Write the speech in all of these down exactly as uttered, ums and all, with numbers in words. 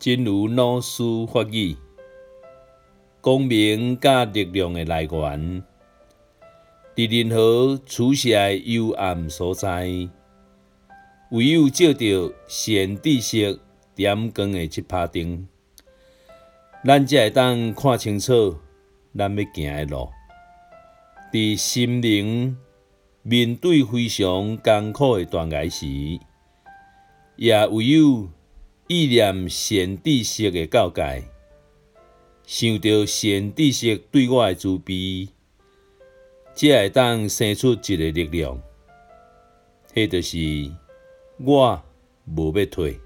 真如老师法语，光明甲力量的来源，伫任何处世的幽暗所在，唯有照着善知识点光的这盞灯，咱才会当看清楚咱要行的路。伫心灵面对非常艰苦的断崖时，也唯有意念善知识的教诫，想着善知识对我的慈悲，才会当生出一个力量，迄就是我无要退。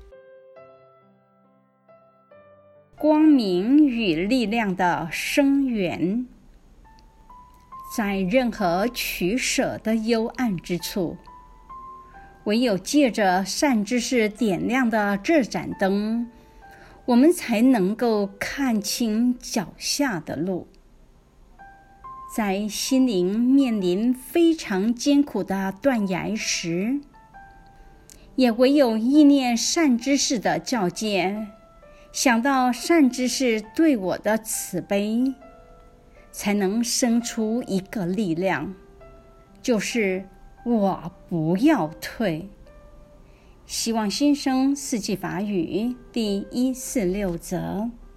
光明与力量的生源，在任何取舍的幽暗之处，唯有借着善知识点亮的这盏灯，我们才能够看清脚下的路。在心灵面临非常艰苦的断崖时，也唯有意念善知识的教诫，想到善知识对我的慈悲，才能生出一个力量，就是我不要退。希望新生四季法语第一四六则。